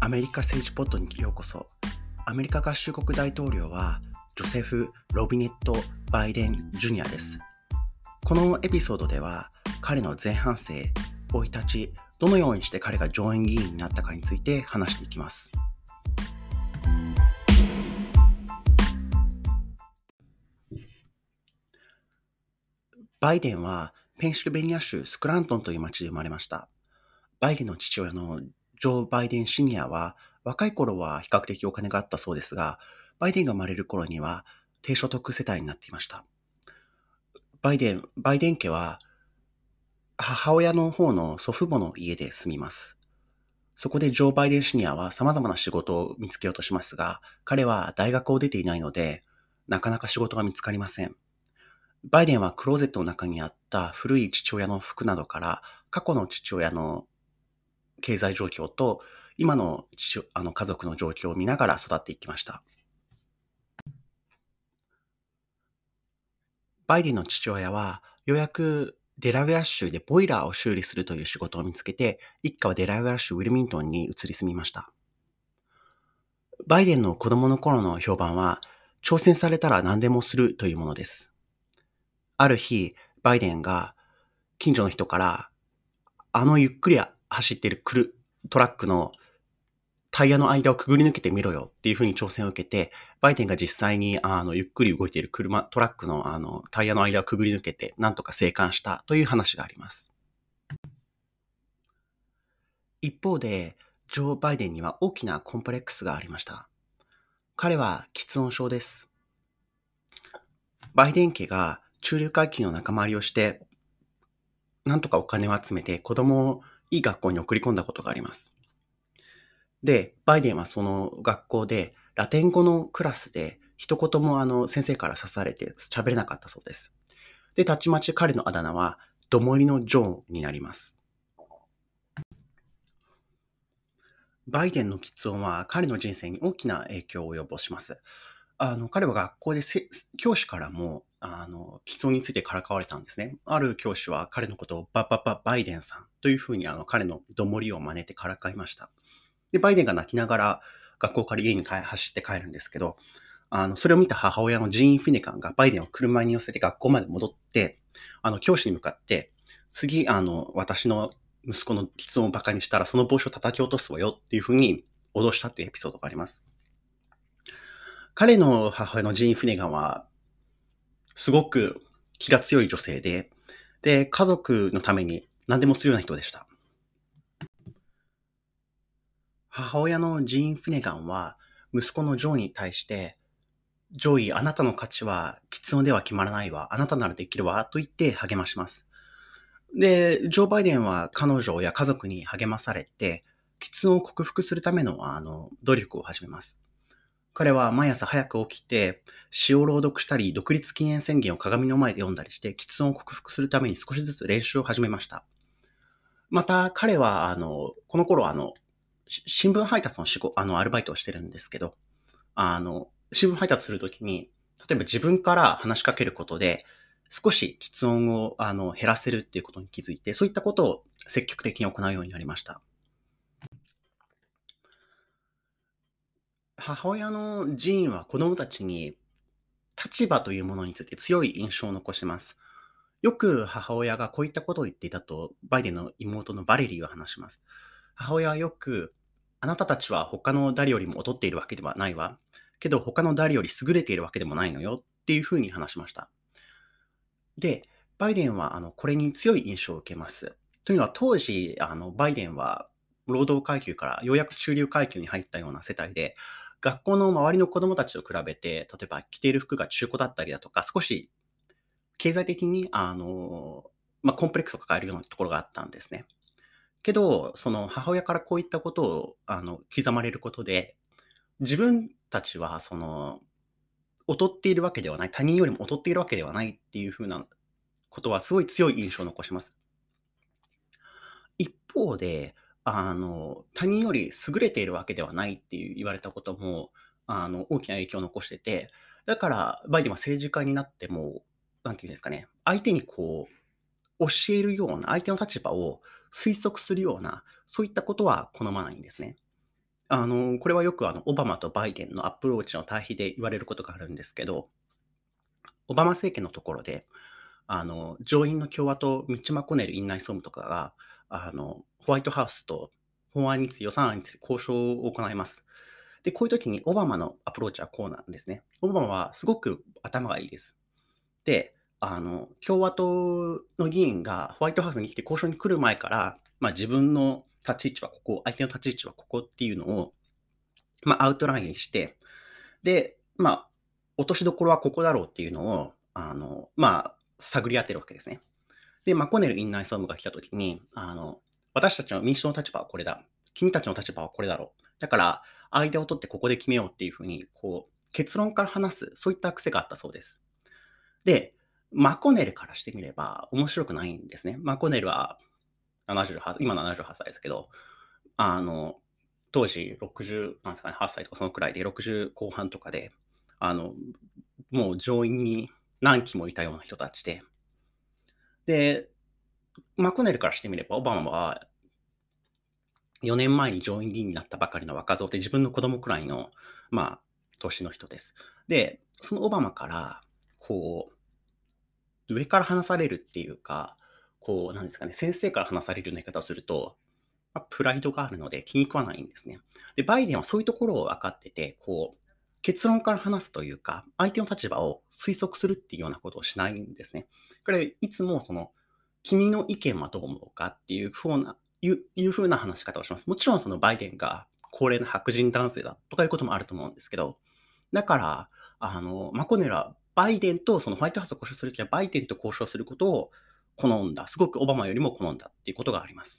メリカ政治ポッドにようこそ。アメリカ合衆国大統領はジョセフ・ロビネット・バイデン・ジュニアです。このエピソードでは彼の前半生、生い立ち、どのようにして彼が上院議員になったかについて話していきます。バイデンはペンシルベニア州スクラントンという町で生まれました。バイデンの父親のジョー・バイデンシニアは若い頃は比較的お金があったそうですが、バイデンが生まれる頃には低所得世帯になっていました。バイデン家は母親の方の祖父母の家で住みます。そこでジョー・バイデンシニアは様々な仕事を見つけようとしますが、彼は大学を出ていないので、なかなか仕事が見つかりません。バイデンはクローゼットの中にあった古い父親の服などから過去の父親の経済状況と今の家族の状況を見ながら育っていきました。バイデンの父親はようやくデラウェア州でボイラーを修理するという仕事を見つけて、一家はデラウェア州ウィルミントンに移り住みました。バイデンの子供の頃の評判は、挑戦されたら何でもするというものです。ある日、バイデンが近所の人から、ゆっくり走っているトラックのタイヤの間をくぐり抜けてみろよっていうふうに挑戦を受けて、バイデンが実際にゆっくり動いているトラックのタイヤの間をくぐり抜けて、なんとか生還したという話があります。一方で、ジョー・バイデンには大きなコンプレックスがありました。彼は喫音症です。バイデン家が中流階級の仲間割りをして、なんとかお金を集めて子供をいい学校に送り込んだことがあります。で、バイデンはその学校でラテン語のクラスで一言も先生から刺されて喋れなかったそうです。で、たちまち彼のあだ名はどもりのジョーになります。バイデンの喫音は彼の人生に大きな影響を及ぼします。彼は学校で教師からも喫音についてからかわれたんですね。ある教師は彼のことをバイデンさんというふうに彼のどもりを真似てからかいました。で、バイデンが泣きながら学校から家に走って帰るんですけど、それを見た母親のジーン・フィネカンがバイデンを車に乗せて学校まで戻って、教師に向かって、次、私の息子の喫音をバカにしたらその帽子を叩き落とすわよっていうふうに脅したっていうエピソードがあります。彼の母親のジーン・フィネガンは、すごく気が強い女性で、家族のために何でもするような人でした。母親のジーン・フィネガンは、息子のジョーに対して、ジョイ、あなたの価値は喫音では決まらないわ。あなたならできるわ。と言って励まします。で、ジョー・バイデンは彼女や家族に励まされて、喫音を克服するための努力を始めます。彼は毎朝早く起きて、詩を朗読したり、独立記念宣言を鏡の前で読んだりして、喫音を克服するために少しずつ練習を始めました。また、彼は、この頃、新聞配達のアルバイトをしてるんですけど、新聞配達するときに、例えば自分から話しかけることで、少し喫音を減らせるっていうことに気づいて、そういったことを積極的に行うようになりました。母親のジーンは子供たちに立場というものについて強い印象を残します。よく母親がこういったことを言っていたと、バイデンの妹のバレリーは話します。母親はよく、あなたたちは他の誰よりも劣っているわけではないわ。けど他の誰より優れているわけでもないのよっていうふうに話しました。で、バイデンはこれに強い印象を受けます。というのは当時、バイデンは労働階級からようやく中流階級に入ったような世帯で、学校の周りの子供たちと比べて、例えば着ている服が中古だったりだとか、少し経済的にコンプレックスを抱えるようなところがあったんですね。けど、その母親からこういったことを刻まれることで、自分たちは劣っているわけではない、他人よりも劣っているわけではないっていうふうなことはすごい強い印象を残します。一方で、他人より優れているわけではないっていう言われたことも、大きな影響を残してて、だからバイデンは政治家になっても、なんていうんですかね、相手に教えるような、相手の立場を推測するような、そういったことは好まないんですね。 これはよくオバマとバイデンのアプローチの対比で言われることがあるんですけど、オバマ政権のところで、上院の共和党、ミッチ・マコネル院内総務とかが、ホワイトハウスと法案について、予算案について交渉を行います。で、こういう時にオバマのアプローチはこうなんですね。オバマはすごく頭がいいです。で、共和党の議員がホワイトハウスに来て交渉に来る前から、自分の立ち位置はここ、相手の立ち位置はここっていうのを、アウトラインして、で、落としどころはここだろうっていうのを、探り当てるわけですね。で、マコネル院内総務が来たときに、私たちの民主党の立場はこれだ。君たちの立場はこれだろう。だから、相手を取ってここで決めようっていうふうに、結論から話す、そういった癖があったそうです。で、マコネルからしてみれば面白くないんですね。マコネルは78、今78歳ですけど、あの、当時60、なんですかね、8歳とかそのくらいで、60後半とかで、あの、もう上院に何期もいたような人たちで、マコネルからしてみれば、オバマは4年前に上院議員になったばかりの若造で、自分の子供くらいの、年の人です。で、そのオバマから、上から話されるっていうか、なんですかね、先生から話されるような言い方をすると、プライドがあるので気に食わないんですね。で、バイデンはそういうところを分かってて、結論から話すというか、相手の立場を推測するっていうようなことをしないんですね。これ、いつも君の意見はどう思うかっていうふうな話し方をします。もちろんそのバイデンが高齢な白人男性だとかいうこともあると思うんですけど、だから、マコネルはバイデンとそのホワイトハウスと交渉するときはバイデンと交渉することを好んだ。すごくオバマよりも好んだっていうことがあります。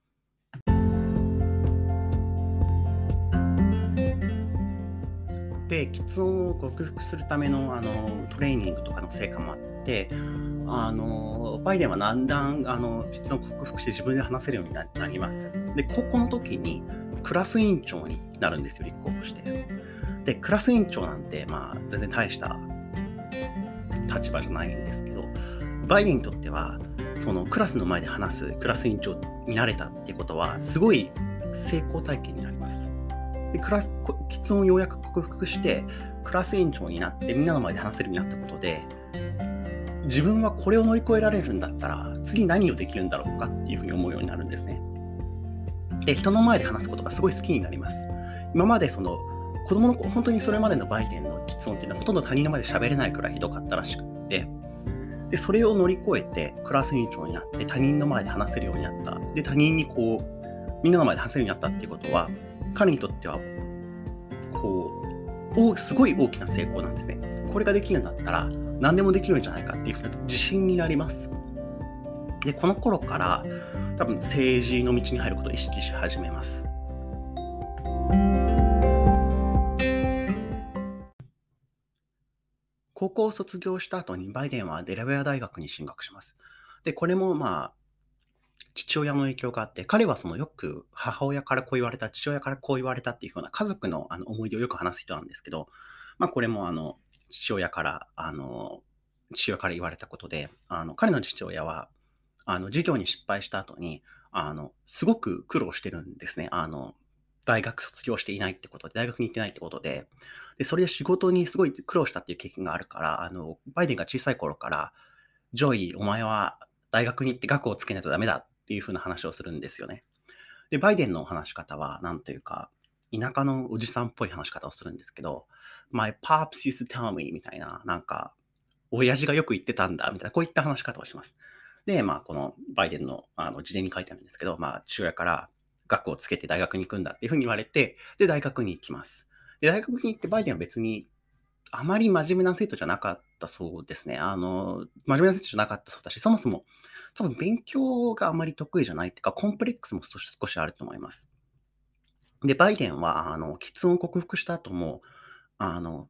で、喫音を克服するためのトレーニングとかの成果もあって、バイデンはだんだん喫音を克服して自分で話せるようになります。で、高校の時にクラス委員長になるんですよ、立候補して。で、クラス委員長なんて、全然大した立場じゃないんですけど、バイデンにとっては、そのクラスの前で話すクラス委員長になれたっていうことは、すごい成功体験になります。で、喫音をようやく克服して、クラス委員長になって、みんなの前で話せるようになったことで、自分はこれを乗り越えられるんだったら、次何をできるんだろうかっていうふうに思うようになるんですね。で、人の前で話すことがすごい好きになります。今まで子供の本当にそれまでのバイデンの喫音っていうのはほとんど他人の前で喋れないくらいひどかったらしくて、で、それを乗り越えてクラス委員長になって他人の前で話せるようになった。で、他人にみんなの前で話せるようになったっていうことは、彼にとっては、すごい大きな成功なんですね。これができるんだったら何でもできるんじゃないかっていうふうな自信になります。で、この頃から多分政治の道に入ることを意識し始めます。高校を卒業した後にバイデンはデラウェア大学に進学します。で、これも父親の影響があって、彼はよく母親からこう言われた、父親からこう言われたっていうような家族の思い出をよく話す人なんですけど、これも父親から、言われたことで、彼の父親は、授業に失敗した後に、すごく苦労してるんですね。大学卒業していないってことで、大学に行ってないってことで、それで仕事にすごい苦労したっていう経験があるから、バイデンが小さい頃から、ジョイ、お前は大学に行って学をつけないとダメだっていう風な話をするんですよね。で、バイデンの話し方は、なんというか、田舎のおじさんっぽい話し方をするんですけど、My pops used to tell me みたいな、親父がよく言ってたんだ、みたいな、こういった話し方をします。で、このバイデンの事前に書いてあるんですけど、父親から学をつけて大学に行くんだっていうふうに言われて、で、大学に行きます。で、大学に行ってバイデンは別にあまり真面目な生徒じゃなかったそうですね。真面目な生徒じゃなかったそうだし、そもそも多分勉強があまり得意じゃないっていうか、コンプレックスも少しあると思います。で、バイデンは、喫音を克服した後も、あの、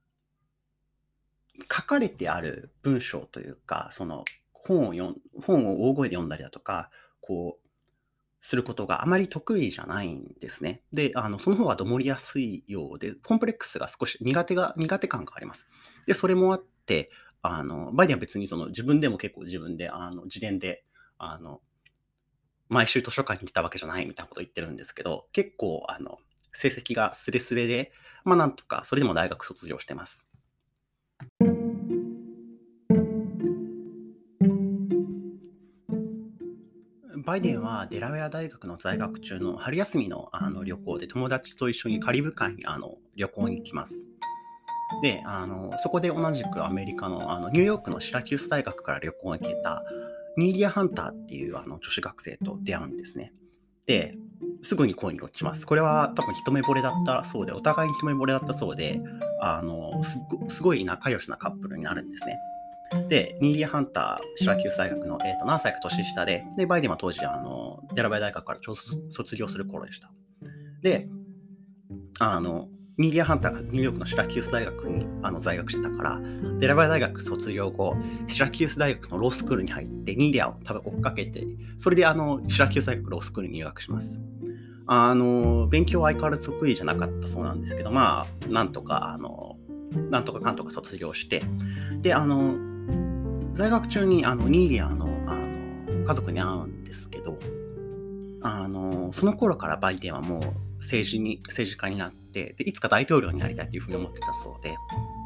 書かれてある文章というか、本を大声で読んだりだとか、することがあまり得意じゃないんですね。で、その方がどもりやすいようで、コンプレックスが少し苦手感があります。で、それもあって、バイデンは別に自分でも結構自分で、自伝で、毎週図書館に来たわけじゃないみたいなことを言ってるんですけど、結構、 成績がスレスレで、なんとかそれでも大学卒業してます。バイデンはデラウェア大学の在学中の春休みの旅行で友達と一緒にカリブ海に旅行に行きます。で、そこで同じくアメリカの、ニューヨークのシラキュース大学から旅行に来てたニーリア・ハンターっていう女子学生と出会うんですね。で、すぐに恋に落ちます。これは多分一目惚れだったそうで、お互いに一目惚れだったそうで、すごい仲良しなカップルになるんですね。で、ニーリア・ハンター、シラキュース大学の、何歳か年下で、バイデンは当時、デラウェア大学からちょうど卒業する頃でした。で、あの、ニーリア・ハンターがニューヨークのシラキュース大学に在学してたから、デラウェア大学卒業後、シラキュース大学のロースクールに入って、ニーリアを多分追っかけて、それでシラキュース大学ロースクールに入学します。勉強は相変わらず得意じゃなかったそうなんですけど、なんとかかんとか卒業して、で、在学中にニーリアの家族に会うんですけど、その頃からバイデンはもう政治家になって、でいつか大統領になりたいというふうに思ってたそうで、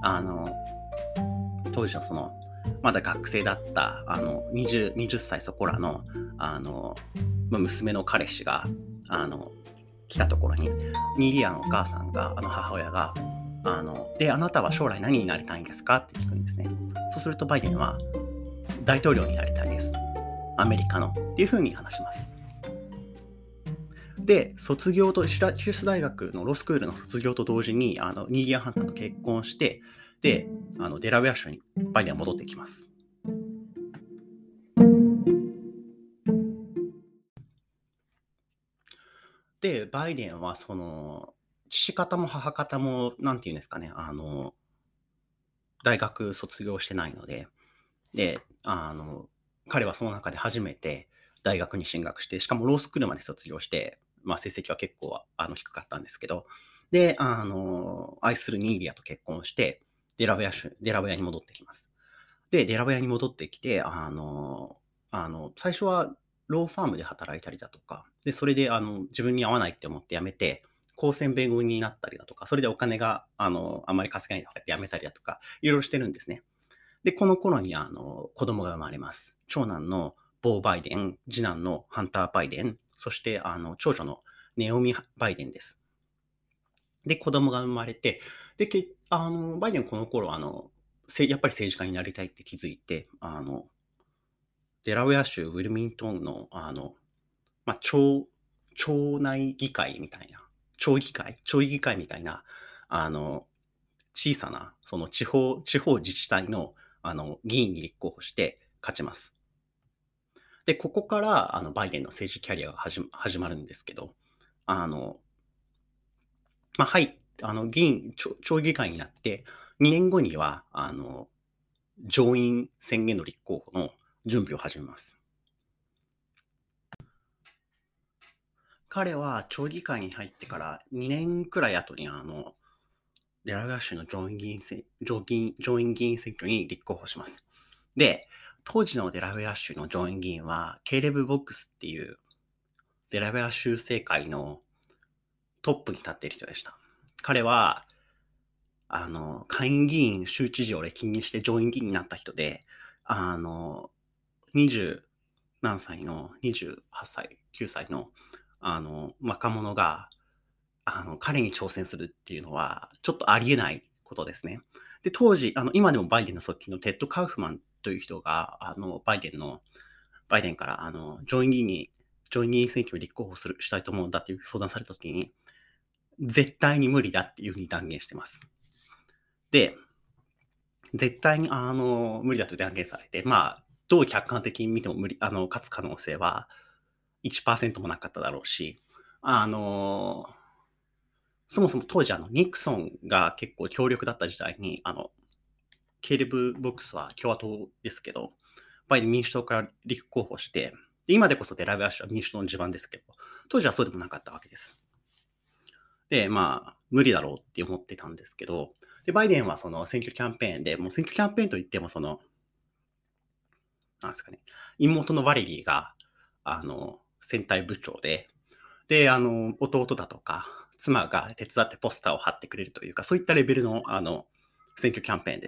当時のまだ学生だった20歳そこらの娘の彼氏が来たところに、ニーリアのお母さんが母親があなたは将来何になりたいんですかって聞くんですね。そうするとバイデンは大統領になりたいです。アメリカのっていうふうに話します。で、卒業と、シラキュース大学のロースクールの卒業と同時に、ニーリア・ハンターと結婚して、で、デラウェア州にバイデンは戻ってきます。で、バイデンは、父方も母方も、なんていうんですかね、大学卒業してないので、で、彼はその中で初めて大学に進学して、しかもロースクールまで卒業して、成績は結構低かったんですけど、で、愛するニーリアと結婚して、デラウェアに戻ってきます。で、デラウェアに戻ってきて、最初はローファームで働いたりだとか、で、それで自分に合わないって思って辞めて、公選弁護人になったりだとか、それでお金があんまり稼げないとかって辞めたりだとか、いろいろしてるんですね。で、この頃に子供が生まれます。長男のボー・バイデン、次男のハンター・バイデン、そして長女のネオミ・バイデンです。で、子供が生まれて、で、バイデンこの頃やっぱり政治家になりたいって気づいて、デラウェア州ウィルミントンのまあ、町内議会みたいな、町議会みたいな、あの、小さな、その地方自治体の、議員に立候補して勝ちます。で、ここから、バイデンの政治キャリアが始まるんですけど、あの、はい、町議会になって、2年後には、上院宣言の立候補の準備を始めます。彼は町議会に入ってから2年くらい後にデラウェア州の上院議員選挙に立候補します。で、当時のデラウェア州の上院議員は、ケイレブ・ボックスっていうデラウェア州政界のトップに立っている人でした。彼は、下院議員、州知事を歴任して上院議員になった人で、20何歳の、28歳、9歳の、若者が、彼に挑戦するっていうのは、ちょっとありえないことですね。で、当時、今でもバイデンの側近のテッド・カウフマンという人が、バイデンから、上院議員選挙に立候補したいと思うんだっていう相談されたときに、絶対に無理だっていうふうに断言してます。で、絶対に、無理だと断言されて、どう客観的に見ても勝つ可能性は1%もなかっただろうし、あの、そもそも当時ニクソンが結構強力だった時代に、ケイレブ・ボックスは共和党ですけど、バイデン民主党から立候補して、で今でこそデラウェア州は民主党の地盤ですけど、当時はそうでもなかったわけです。で、無理だろうって思ってたんですけど、で、バイデンはその選挙キャンペーンで、もう選挙キャンペーンといってもなんですかね、妹のバレリーが、選対部長で、弟だとか、 妻が手伝ってポスターを貼ってくれるというか、そういったレベルの、選挙キャンペーンです。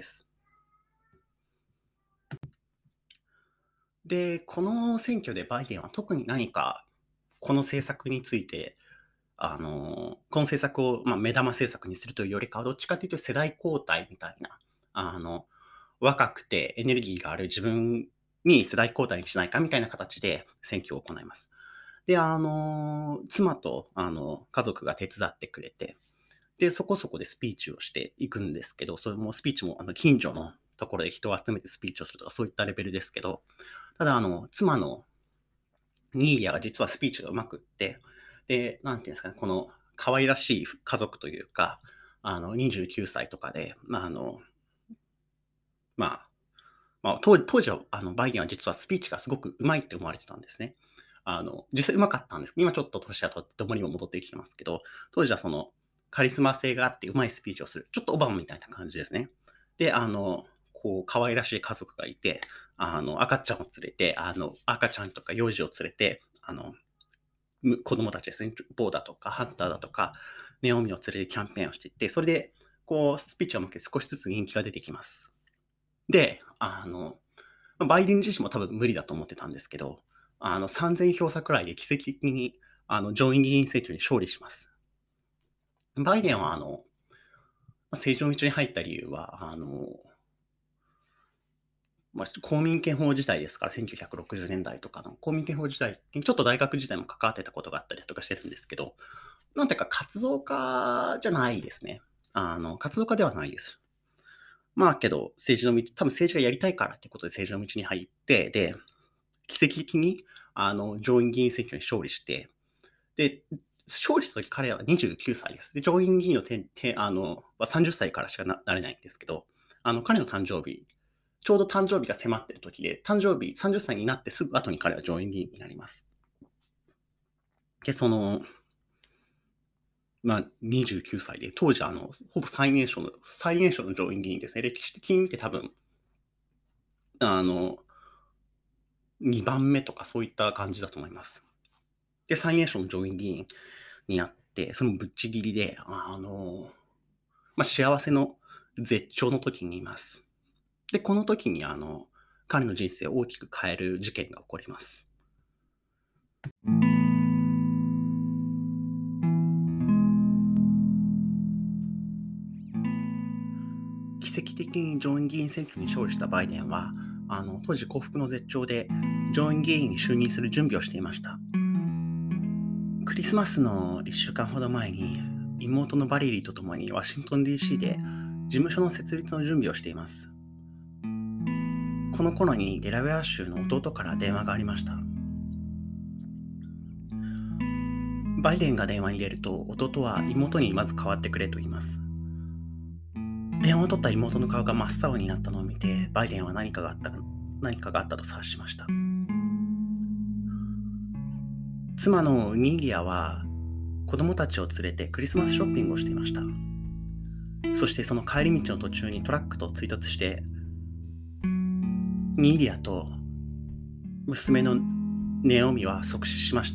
で、この選挙でバイデンは特に何か、この政策について、この政策を、目玉政策にするというよりかは、どっちかというと世代交代みたいな、若くてエネルギーがある自分に世代交代にしないかみたいな形で選挙を行います。で、妻と、家族が手伝ってくれて、で、そこそこでスピーチをしていくんですけど、それもスピーチも、近所のところで人を集めてスピーチをするとか、そういったレベルですけど、ただ、妻のニーリアが実はスピーチがうまくって、で、なんていうんですかね、この可愛らしい家族というか、29歳とかで、まあ、当時は、バイデンは実はスピーチがすごくうまいって思われてたんですね。実際うまかったんです。今ちょっと年はとってもにも戻ってきてますけど、当時はその、カリスマ性があってうまいスピーチをする。ちょっとオバマみたいな感じですね。で、こう、可愛らしい家族がいて、赤ちゃんを連れて、赤ちゃんとか幼児を連れて、子供たちですね、ボーだとか、ハンターだとか、ネオミを連れてキャンペーンをしていって、それで、こう、スピーチを向けて少しずつ人気が出てきます。で、バイデン自身も多分無理だと思ってたんですけど、3000票差くらいで奇跡的に、上院議員選挙に勝利します。バイデンは、政治の道に入った理由は、公民権法時代ですから、1960年代とかの公民権法時代にちょっと大学時代も関わってたことがあったりとかしてるんですけど、なんていうか活動家じゃないですね。活動家ではないです。けど、政治の道、多分政治がやりたいからっていうことで政治の道に入って、で、奇跡的に、上院議員選挙に勝利して、で、勝利した時彼は29歳です。で、上院議員の30歳からしかなれないんですけど、彼の誕生日、ちょうど誕生日が迫ってる時で、誕生日30歳になってすぐ後に彼は上院議員になります。で、29歳で、当時ほぼ最年少の上院議員ですね。歴史的に見て多分、あの、2番目とかそういった感じだと思います。で、最年少の上院議員になって、そのぶっちぎりで、幸せの絶頂の時にいます。で、この時に彼の人生を大きく変える事件が起こります。奇跡的に上院議員選挙に勝利したバイデンは、当時幸福の絶頂で上院議員に就任する準備をしていました。クリスマスの1週間ほど前に、妹のバレリーと共にワシントン DC で事務所の設立の準備をしています。この頃にデラウェア州の弟から電話がありました。バイデンが電話に出ると、弟は妹にまず代わってくれと言います。電話を取った妹の顔が真っ青になったのを見て、バイデンは何かがあったと察しました。妻のニーリアは子供たちを連れてクリスマスショッピングをしていました。そしてその帰り道の途中にトラックと追突して、ニーリアと娘のネオミは即死しました。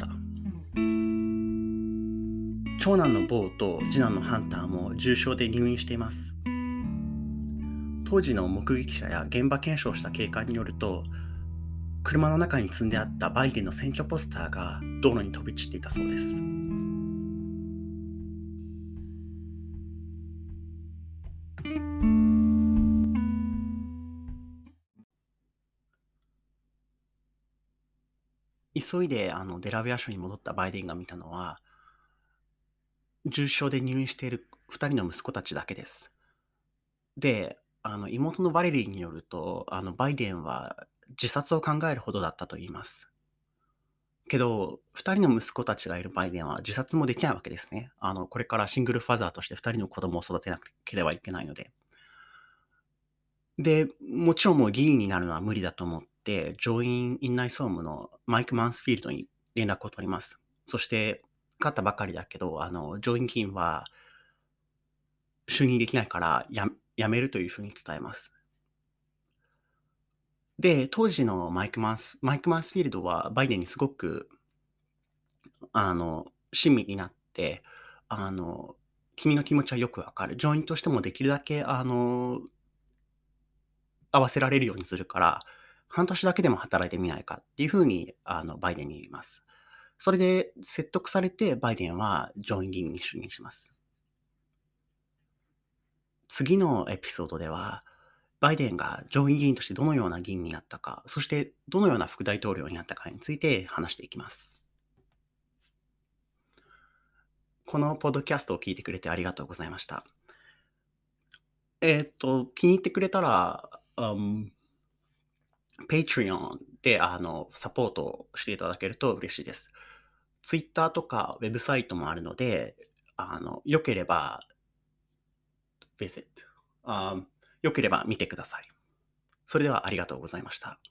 長男のボーと次男のハンターも重傷で入院しています。当時の目撃者や現場検証した警官によると、車の中に積んであったバイデンの選挙ポスターが道路に飛び散っていたそうです。急いでデラウェア州に戻ったバイデンが見たのは、重傷で入院している2人の息子たちだけです。で、妹のバレリーによると、バイデンは自殺を考えるほどだったと言います。けど、2人の息子たちがいるバイデンは自殺もできないわけですね。これからシングルファザーとして2人の子供を育てなければいけないので。で、もちろんもう議員になるのは無理だと思って、上院院内総務のマイク・マンスフィールドに連絡を取ります。そして、勝ったばかりだけど、上院議員は就任できないから辞めるというふうに伝えます。で、当時のマイク・マンスフィールドはバイデンにすごく、親身になって、 あの、君の気持ちはよくわかる。上院としてもできるだけ、合わせられるようにするから、半年だけでも働いてみないかっていうふうに、バイデンに言います。それで説得されて、バイデンは上院議員に就任します。次のエピソードでは、バイデンが上院議員としてどのような議員になったか、そしてどのような副大統領になったかについて話していきます。このポッドキャストを聞いてくれてありがとうございました。気に入ってくれたら、Patreon でサポートしていただけると嬉しいです。Twitter とかウェブサイトもあるので、良ければ visit、よければ見てください。それではありがとうございました。